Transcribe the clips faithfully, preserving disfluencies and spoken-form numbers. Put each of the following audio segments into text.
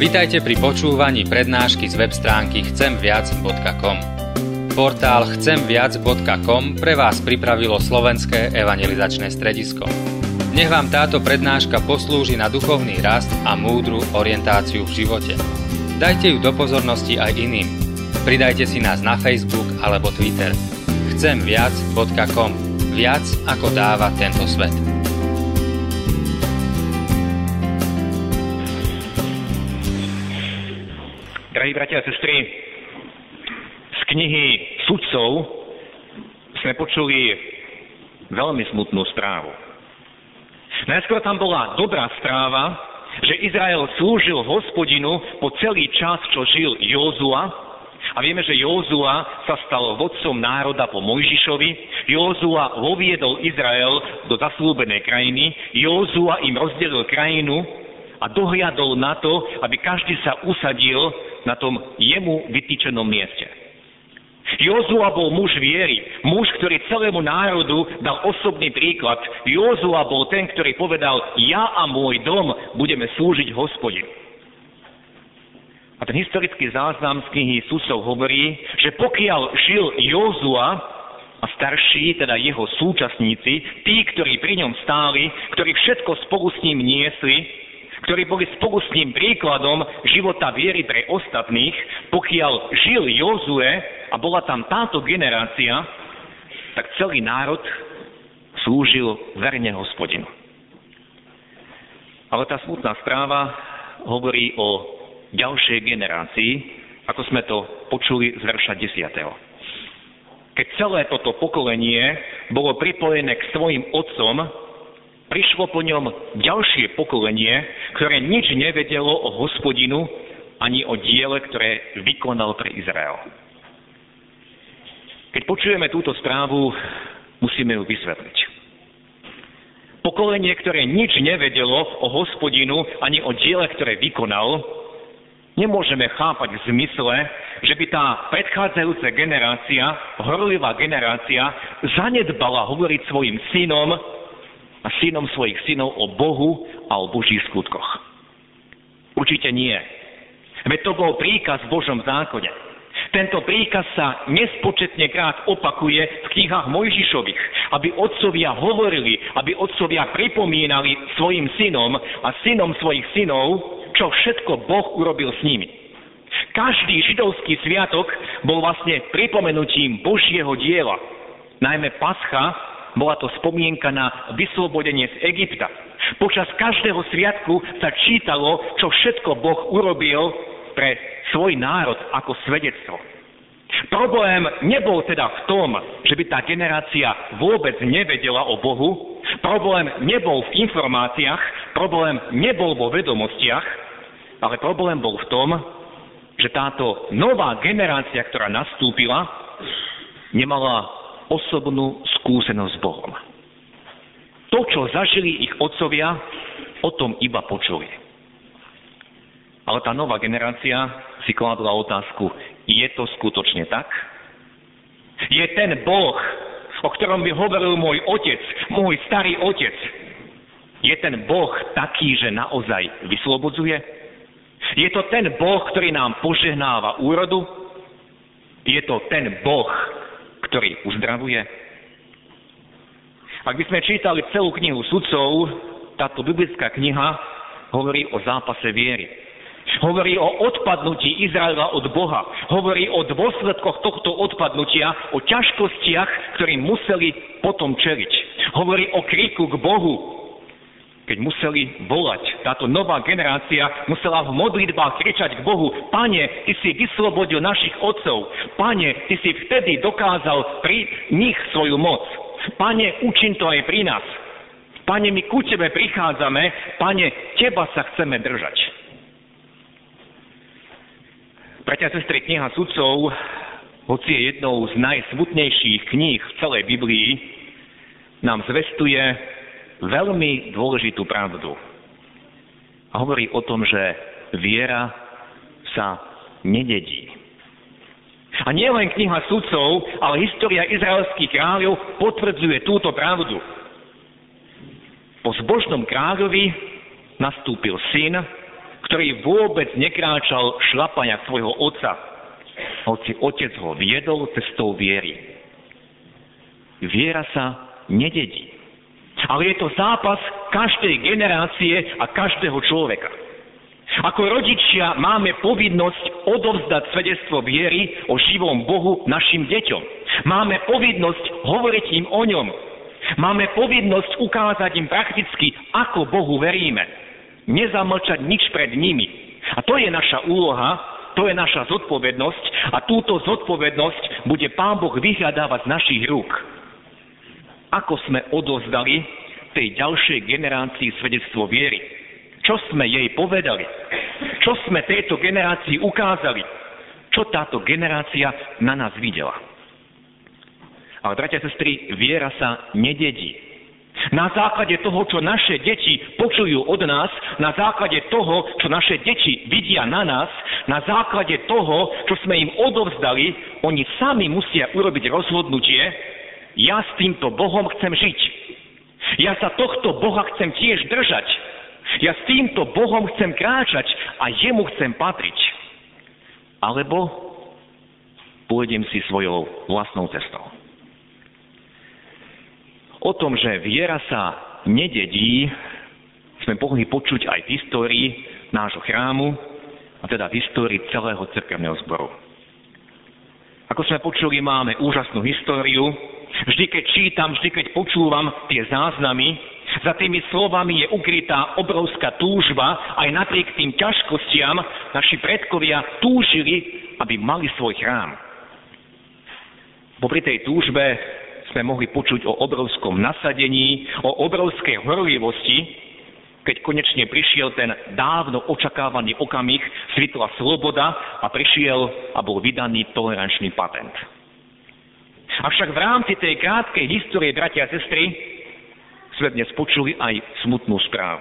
Vitajte pri počúvaní prednášky z web stránky chcem viac bodka com. Portál chcem viac bodka com pre vás pripravilo Slovenské evangelizačné stredisko. Nech vám táto prednáška poslúži na duchovný rast a múdru orientáciu v živote. Dajte ju do pozornosti aj iným. Pridajte si nás na Facebook alebo Twitter. chcem viac bodka com. Viac ako dáva tento svet. Drahí bratia a sestry, z knihy Sudcov sme počuli veľmi smutnú správu. Najskôr tam bola dobrá správa, že Izrael slúžil Hospodinu po celý čas, čo žil Józua. A vieme, že Józua sa stal vodcom národa po Mojžišovi. Józua voviedol Izrael do zasľúbenej krajiny. Józua im rozdelil krajinu a dohliadol na to, aby každý sa usadil na tom jemu vytýčenom mieste. Józua bol muž viery, muž, ktorý celému národu dal osobný príklad. Józua bol ten, ktorý povedal, ja a môj dom budeme slúžiť Hospodinu. A ten historický záznam z knihy Sudcov hovorí, že pokiaľ žil Józua a starší, teda jeho súčasníci, tí, ktorí pri ňom stáli, ktorí všetko spolu s ním niesli, ktorí boli spolu s ním príkladom života viery pre ostatných, pokiaľ žil Jozue a bola tam táto generácia, tak celý národ slúžil verne Hospodinu. Ale tá smutná správa hovorí o ďalšej generácii, ako sme to počuli z verša desiateho. Keď celé toto pokolenie bolo pripojené k svojim otcom, prišlo po ňom ďalšie pokolenie, ktoré nič nevedelo o Hospodinu ani o diele, ktoré vykonal pre Izrael. Keď počujeme túto správu, musíme ju vysvetliť. Pokolenie, ktoré nič nevedelo o Hospodinu ani o diele, ktoré vykonal, nemôžeme chápať v zmysle, že by tá predchádzajúca generácia, horlivá generácia, zanedbala hovoriť svojim synom a synom svojich synov o Bohu a o Božích skutkoch. Určite nie. Veď to bol príkaz v Božom zákone. Tento príkaz sa nespočetne krát opakuje v knihách Mojžišových, aby otcovia hovorili, aby otcovia pripomínali svojim synom a synom svojich synov, čo všetko Boh urobil s nimi. Každý židovský sviatok bol vlastne pripomenutím Božieho diela. Najmä Pascha bola to spomienka na vyslobodenie z Egypta. Počas každého sviatku sa čítalo, čo všetko Boh urobil pre svoj národ ako svedectvo. Problém nebol teda v tom, že by tá generácia vôbec nevedela o Bohu. Problém nebol v informáciách, problém nebol vo vedomostiach, ale problém bol v tom, že táto nová generácia, ktorá nastúpila, nemala osobnú skúsenosť s Bohom. To, čo zažili ich otcovia, o tom iba počuli. Ale tá nová generácia si kladla otázku, je to skutočne tak? Je ten Boh, o ktorom by hovoril môj otec, môj starý otec, je ten Boh taký, že naozaj vyslobodzuje? Je to ten Boh, ktorý nám požehnáva úrodu? Je to ten Boh, ktorý uzdravuje? Ak by sme čítali celú knihu Sudcov, táto biblická kniha hovorí o zápase viery. Hovorí o odpadnutí Izraela od Boha. Hovorí o dôsledkoch tohto odpadnutia, o ťažkostiach, ktorým museli potom čeliť. Hovorí o kriku k Bohu, keď museli volať. Táto nová generácia musela v modlitbách kričať k Bohu, Pane, Ty si vyslobodil našich otcov. Pane, Ty si vtedy dokázal pri nich svoju moc. Pane, učin to aj pri nás. Pane, my ku Tebe prichádzame. Pane, Teba sa chceme držať. Bratia a sestry, kniha Sudcov, hoci je jednou z najsmutnejších kníh v celej Biblii, nám zvestuje veľmi dôležitú pravdu. A hovorí o tom, že viera sa nededí. A nie len kniha Sudcov, ale história izraelských kráľov potvrdzuje túto pravdu. Po zbožnom kráľovi nastúpil syn, ktorý vôbec nekráčal v šlapaniach svojho otca, hoci otec ho viedol cestou viery. Viera sa nededí, ale je to zápas každej generácie a každého človeka. Ako rodičia máme povinnosť odovzdať svedectvo viery o živom Bohu našim deťom. Máme povinnosť hovoriť im o ňom. Máme povinnosť ukázať im prakticky, ako Bohu veríme. Nezamlčať nič pred nimi. A to je naša úloha, to je naša zodpovednosť a túto zodpovednosť bude Pán Boh vyhľadávať z našich rúk. Ako sme odovzdali tej ďalšej generácii svedectvo viery? Čo sme jej povedali? Čo sme tejto generácii ukázali? Čo táto generácia na nás videla? Ale, bratia a sestry, viera sa nededí. Na základe toho, čo naše deti počujú od nás, na základe toho, čo naše deti vidia na nás, na základe toho, čo sme im odovzdali, oni sami musia urobiť rozhodnutie, ja s týmto Bohom chcem žiť. Ja sa tohto Boha chcem tiež držať. Ja s týmto Bohom chcem kráčať a jemu chcem patriť. Alebo pôjdem si svojou vlastnou cestou. O tom, že viera sa nededí, sme mohli počuť aj v histórii nášho chrámu, a teda v histórii celého cirkevného zboru. Ako sme počuli, máme úžasnú históriu. Vždy, keď čítam, vždy, keď počúvam tie záznamy, za tými slovami je ukrytá obrovská túžba, aj napriek tým ťažkostiam naši predkovia túžili, aby mali svoj chrám. Popri tej túžbe sme mohli počuť o obrovskom nasadení, o obrovskej horlivosti, keď konečne prišiel ten dávno očakávaný okamih, svitla sloboda a prišiel a bol vydaný tolerančný patent. Avšak v rámci tej krátkej histórie, bratia a sestry, sme dnes počuli aj smutnú správu.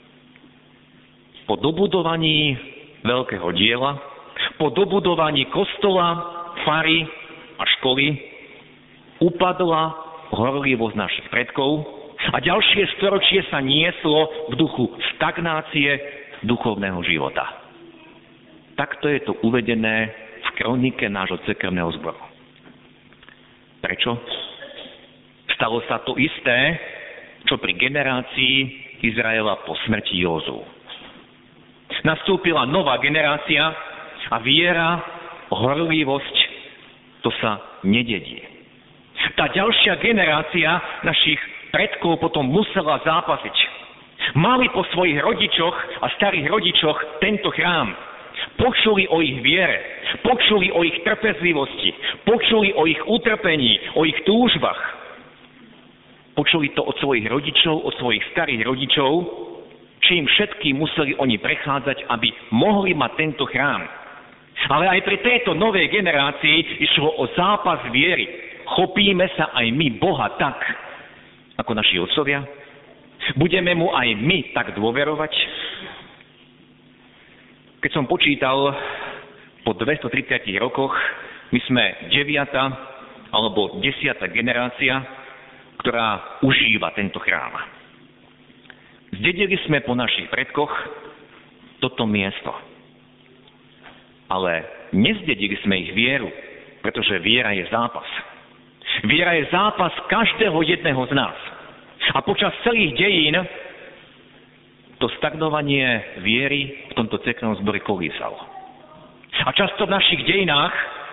Po dobudovaní veľkého diela, po dobudovaní kostola, fary a školy upadla horlivosť našich predkov a ďalšie storočie sa nieslo v duchu stagnácie duchovného života. Takto je to uvedené v kronike nášho cirkevného zboru. Prečo? Stalo sa to isté, čo pri generácii Izraela po smrti Józu. Nastúpila nová generácia a viera, horlivosť, to sa nededí. Tá ďalšia generácia našich predkov potom musela zápasiť. Mali po svojich rodičoch a starých rodičoch tento chrám. Počuli o ich viere, počuli o ich trpezlivosti, počuli o ich utrpení, o ich túžbách. Počuli to od svojich rodičov, od svojich starých rodičov, čím všetkým museli oni prechádzať, aby mohli mať tento chrám. Ale aj pri tejto novej generácii išlo o zápas viery. Chopíme sa aj my Boha tak, ako naši otcovia? Budeme mu aj my tak dôverovať? Keď som počítal, po dvestotridsiatich rokoch my sme deviata alebo desiata generácia, ktorá užíva tento chrám. Zdedili sme po našich predkoch toto miesto. Ale nezdedili sme ich vieru, pretože viera je zápas. Viera je zápas každého jedného z nás. A počas celých dejín to stagnovanie viery v tomto cirkevnom zbore kolísalo. A často v našich dejinách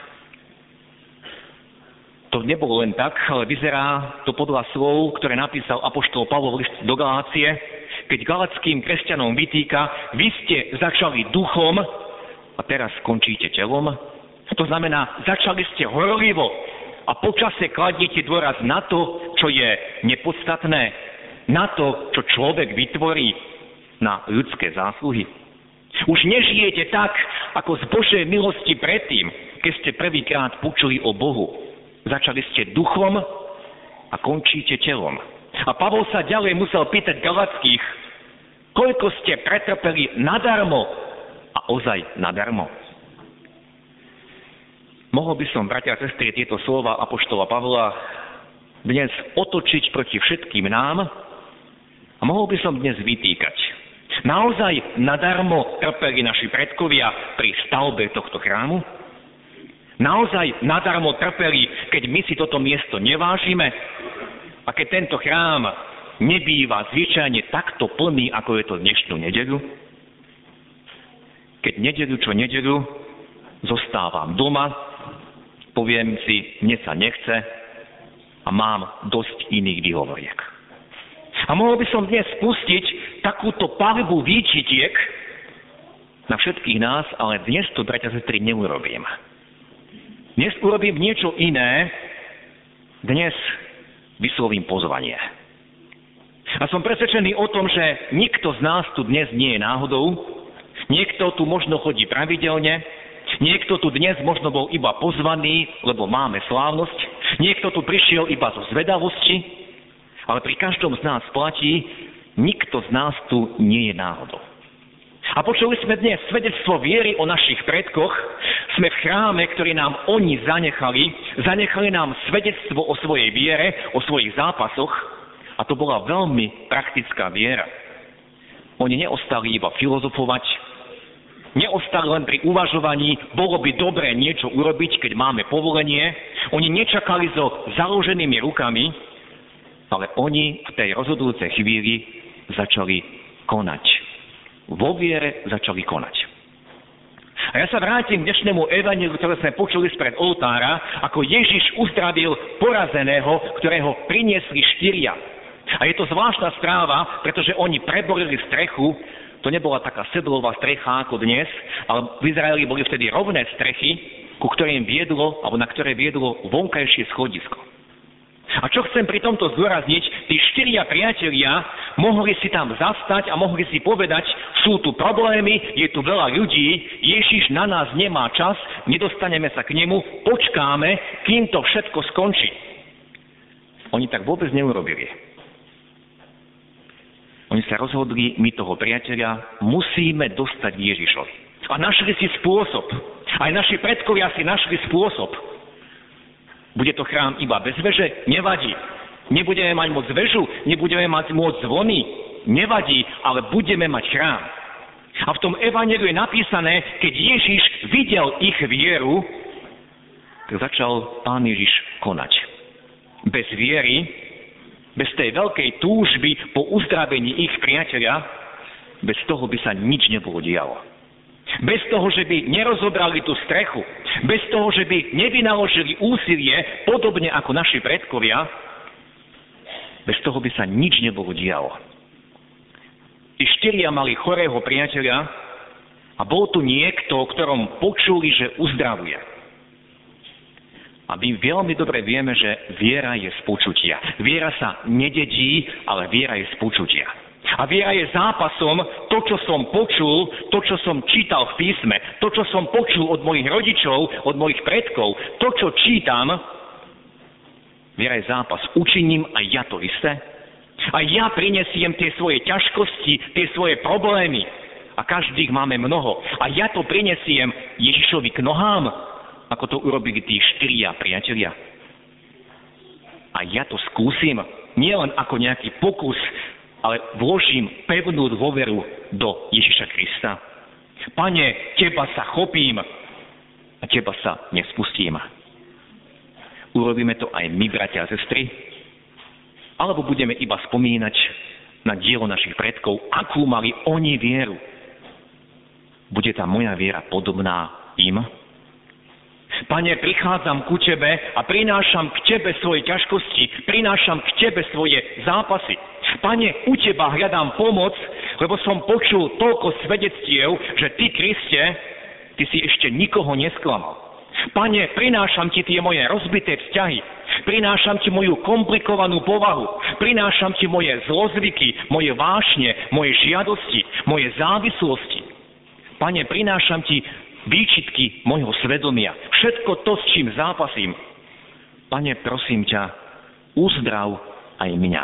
to nebolo len tak, ale vyzerá to podľa slov, ktoré napísal apoštol Pavol v liste do Galácie, keď galackým kresťanom vytýka, vy ste začali duchom a teraz skončíte telom. To znamená, začali ste horlivo a počase kladiete dôraz na to, čo je nepodstatné, na to, čo človek vytvorí, na ľudské zásluhy. Už nežijete tak, ako z Božej milosti predtým, keď ste prvýkrát počuli o Bohu. Začali ste duchom a končíte telom. A Pavol sa ďalej musel pýtať Galackých, koľko ste pretrpeli nadarmo a ozaj nadarmo. Mohol by som, bratia a sestry, tieto slova apoštola Pavla dnes otočiť proti všetkým nám a mohol by som dnes vytýkať. Naozaj nadarmo trpeli naši predkovia pri stavbe tohto chrámu? Naozaj nadarmo trpeli, keď my si toto miesto nevážime? A keď tento chrám nebýva zvyčajne takto plný, ako je to dnešnú nedeľu? Keď nedeľu čo nedeľu zostávam doma, poviem si, mne sa nechce a mám dosť iných výhovoriek. A mohol by som dnes spustiť takúto paľbu výčitiek na všetkých nás, ale dnes to, bratia a sestry, neurobím. Dnes urobím niečo iné, dnes vyslovím pozvanie. A som presvedčený o tom, že nikto z nás tu dnes nie je náhodou, niekto tu možno chodí pravidelne, niekto tu dnes možno bol iba pozvaný, lebo máme slávnosť, niekto tu prišiel iba zo zvedavosti, ale pri každom z nás platí, nikto z nás tu nie je náhodou. A počuli sme dnes svedectvo viery o našich predkoch, sme v chráme, ktorý nám oni zanechali, zanechali nám svedectvo o svojej viere, o svojich zápasoch, a to bola veľmi praktická viera. Oni neostali iba filozofovať, neostali len pri uvažovaní, bolo by dobre niečo urobiť, keď máme povolenie. Oni nečakali so založenými rukami, ale oni v tej rozhodujúcej chvíli začali konať. Vo viere začali konať. A ja sa vrátim k dnešnému evanjeliu, ktoré sme počuli spred oltára, ako Ježiš uzdravil porazeného, ktorého priniesli štyria. A je to zvláštna správa, pretože oni preborili strechu. To nebola taká sedlová strecha ako dnes, ale v Izraeli boli vtedy rovné strechy, ku ktorým viedlo, alebo na ktoré viedlo vonkajšie schodisko. A čo chcem pri tomto zdôrazniť, tí štyria priatelia mohli si tam zastať a mohli si povedať, sú tu problémy, je tu veľa ľudí, Ježiš na nás nemá čas, nedostaneme sa k nemu, počkáme, kým to všetko skončí. Oni tak vôbec neurobili. Oni sa rozhodli, my toho priateľa musíme dostať Ježišovi. A našli si spôsob. Aj naši predkovia si našli spôsob. Bude to chrám iba bez veže? Nevadí. Nebudeme mať moc vežu? Nebudeme mať moc zvony? Nevadí, ale budeme mať chrám. A v tom evanjeliu je napísané, keď Ježiš videl ich vieru, tak začal Pán Ježiš konať. Bez viery, bez tej veľkej túžby po uzdravení ich priateľa, bez toho by sa nič nebolo dialo. Bez toho, že by nerozobrali tú strechu, bez toho, že by nevynaložili úsilie, podobne ako naši predkovia, bez toho by sa nič nebolo dialo. Tí štyria mali chorého priateľa a bol tu niekto, o ktorom počuli, že uzdravuje. A my veľmi dobre vieme, že viera je z počutia. Viera sa nededí, ale viera je z počutia. A viera je zápasom, to, čo som počul, to, čo som čítal v písme, to, čo som počul od mojich rodičov, od mojich predkov, to, čo čítam, viera je zápas. Učiním aj ja to isté. A ja prinesiem tie svoje ťažkosti, tie svoje problémy. A každých máme mnoho. A ja to prinesiem Ježišovi k nohám, ako to urobili tí štyria priatelia. A ja to skúsim, nielen ako nejaký pokus, ale vložím pevnú dôveru do Ježiša Krista. Pane, teba sa chopím a teba sa nespustím. Urobíme to aj my, bratia a sestry? Alebo budeme iba spomínať na dielo našich predkov, akú mali oni vieru? Bude tá moja viera podobná im? Pane, prichádzam ku Tebe a prinášam k Tebe svoje ťažkosti, prinášam k Tebe svoje zápasy. Pane, u Teba hľadám pomoc, lebo som počul toľko svedectiev, že Ty, Kriste, Ty si ešte nikoho nesklamal. Pane, prinášam Ti tie moje rozbité vzťahy, prinášam Ti moju komplikovanú povahu, prinášam Ti moje zlozvyky, moje vášne, moje žiadosti, moje závislosti. Pane, prinášam Ti výčitky mojho svedomia, všetko to, s čím zápasím. Pane, prosím ťa, uzdrav aj mňa.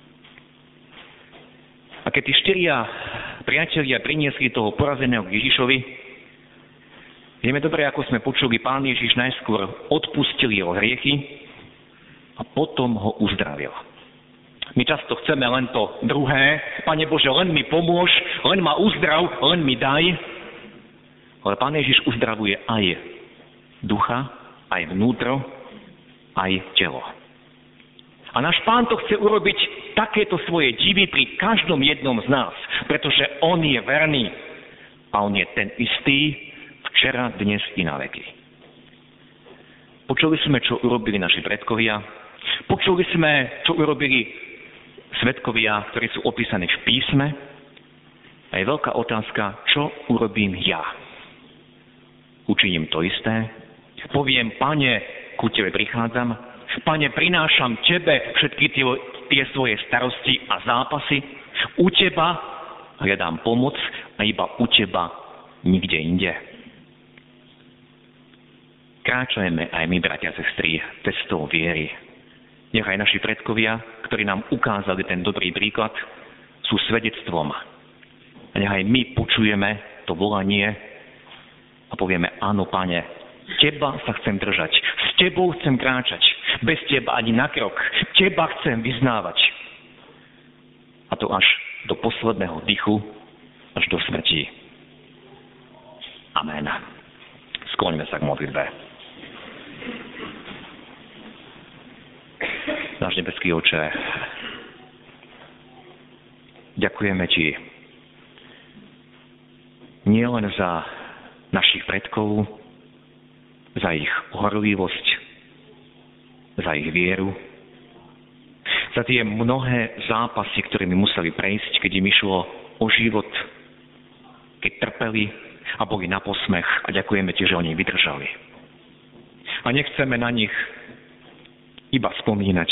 A keď tí štyria priatelia priniesli toho porazeného k Ježišovi, vieme dobre, ako sme počuli, Pán Ježiš najskôr odpustil jeho hriechy a potom ho uzdravil. My často chceme len to druhé. Pane Bože, len mi pomôž, len ma uzdrav, len mi daj. Ale Pán Ježiš uzdravuje aj ducha, aj vnútro, aj telo. A náš Pán to chce urobiť takéto svoje divy pri každom jednom z nás, pretože On je verný a On je ten istý včera, dnes i na veky. Počuli sme, čo urobili naši predkovia, počuli sme, čo urobili svedkovia, ktorí sú opísaní v písme. A je veľká otázka, čo urobím ja? Učiním to isté? Poviem, Pane, ku Tebe prichádzam? Pane, prinášam Tebe všetky tie, tie svoje starosti a zápasy? U Teba hľadám pomoc a iba u Teba nikde inde. Kráčajme aj my, bratia a sestry, cestou viery. Nech aj naši predkovia, ktorí nám ukázali ten dobrý príklad, sú svedectvom. A nech aj my počujeme to volanie a povieme, áno, Pane, Teba sa chcem držať, s Tebou chcem kráčať, bez Teba ani na krok, Teba chcem vyznávať. A to až do posledného dychu, až do smrti. Amen. Skloňme sa k modlitbe. Náš nebeský Oče, ďakujeme Ti nielen za našich predkov, za ich horlivosť, za ich vieru, za tie mnohé zápasy, ktorými museli prejsť, keď im išlo o život, keď trpeli a boli na posmech, a ďakujeme Ti, že oni vydržali. A nechceme na nich iba spomínať,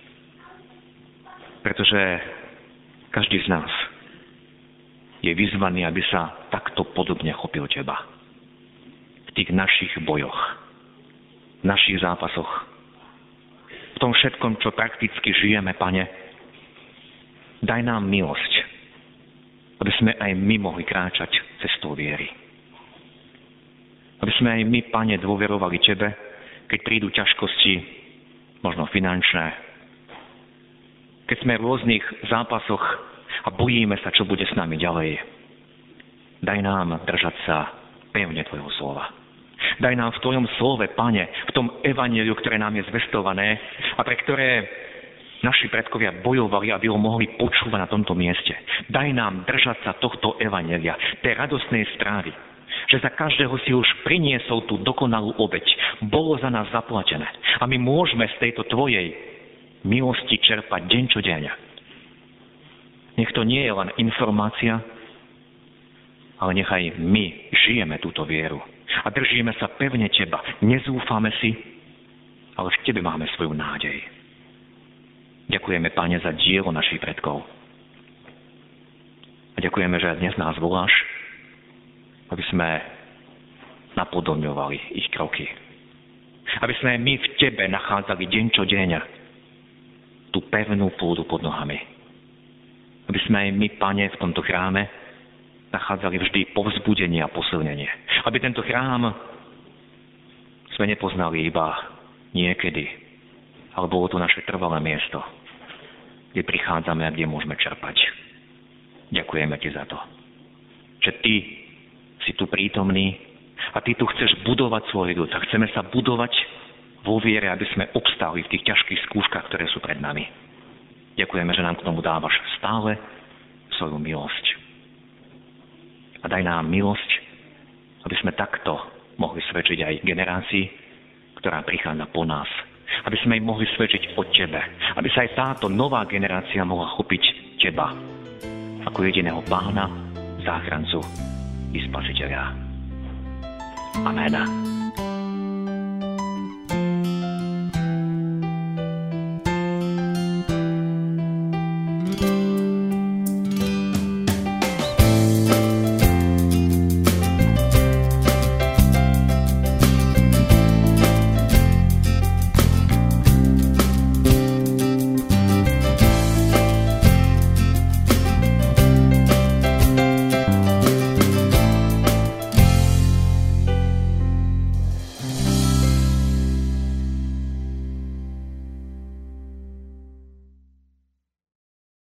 pretože každý z nás je vyzvaný, aby sa takto podobne chopil Teba. V tých našich bojoch, v našich zápasoch, v tom všetkom, čo prakticky žijeme, Pane, daj nám milosť, aby sme aj my mohli kráčať cestou viery. Aby sme aj my, Pane, dôverovali Tebe, keď prídu ťažkosti, možno finančné. Keď sme v rôznych zápasoch a bojíme sa, čo bude s nami ďalej. Daj nám držať sa pevne Tvojho slova. Daj nám v Tvojom slove, Pane, v tom evanjeliu, ktoré nám je zvestované a pre ktoré naši predkovia bojovali, aby ho mohli počúvať na tomto mieste. Daj nám držať sa tohto evanjelia, tej radostnej správy, že za každého si už priniesol tú dokonalú obeť. Bolo za nás zaplatené. A my môžeme z tejto Tvojej milosti čerpať deň čo deň. Nech to nie je len informácia, ale nechaj my žijeme túto vieru. A držíme sa pevne Teba. Nezúfame si, ale v Tebe máme svoju nádej. Ďakujeme, Pane, za dielo našich predkov. A ďakujeme, že dnes nás voláš, aby sme napodobňovali ich kroky. Aby sme my v Tebe nachádzali deň čo deň tú pevnú pôdu pod nohami. Aby sme aj my, Pane, v tomto chráme nachádzali vždy povzbudenie a posilnenie. Aby tento chrám sme nepoznali iba niekedy, ale bolo to naše trvalé miesto, kde prichádzame a kde môžeme čerpať. Ďakujeme Ti za to, že Ty si tu prítomný a Ty tu chceš budovať svoj ľud. A chceme sa budovať vo viere, aby sme obstáli v tých ťažkých skúškach, ktoré sú pred nami. Ďakujeme, že nám k tomu dávaš stále svoju milosť. A daj nám milosť, aby sme takto mohli svedčiť aj generácii, ktorá prichádza po nás. Aby sme im mohli svedčiť o Tebe. Aby sa aj táto nová generácia mohla chopiť Teba ako jediného Pána, záchrancu i Spasiteľa. Amen.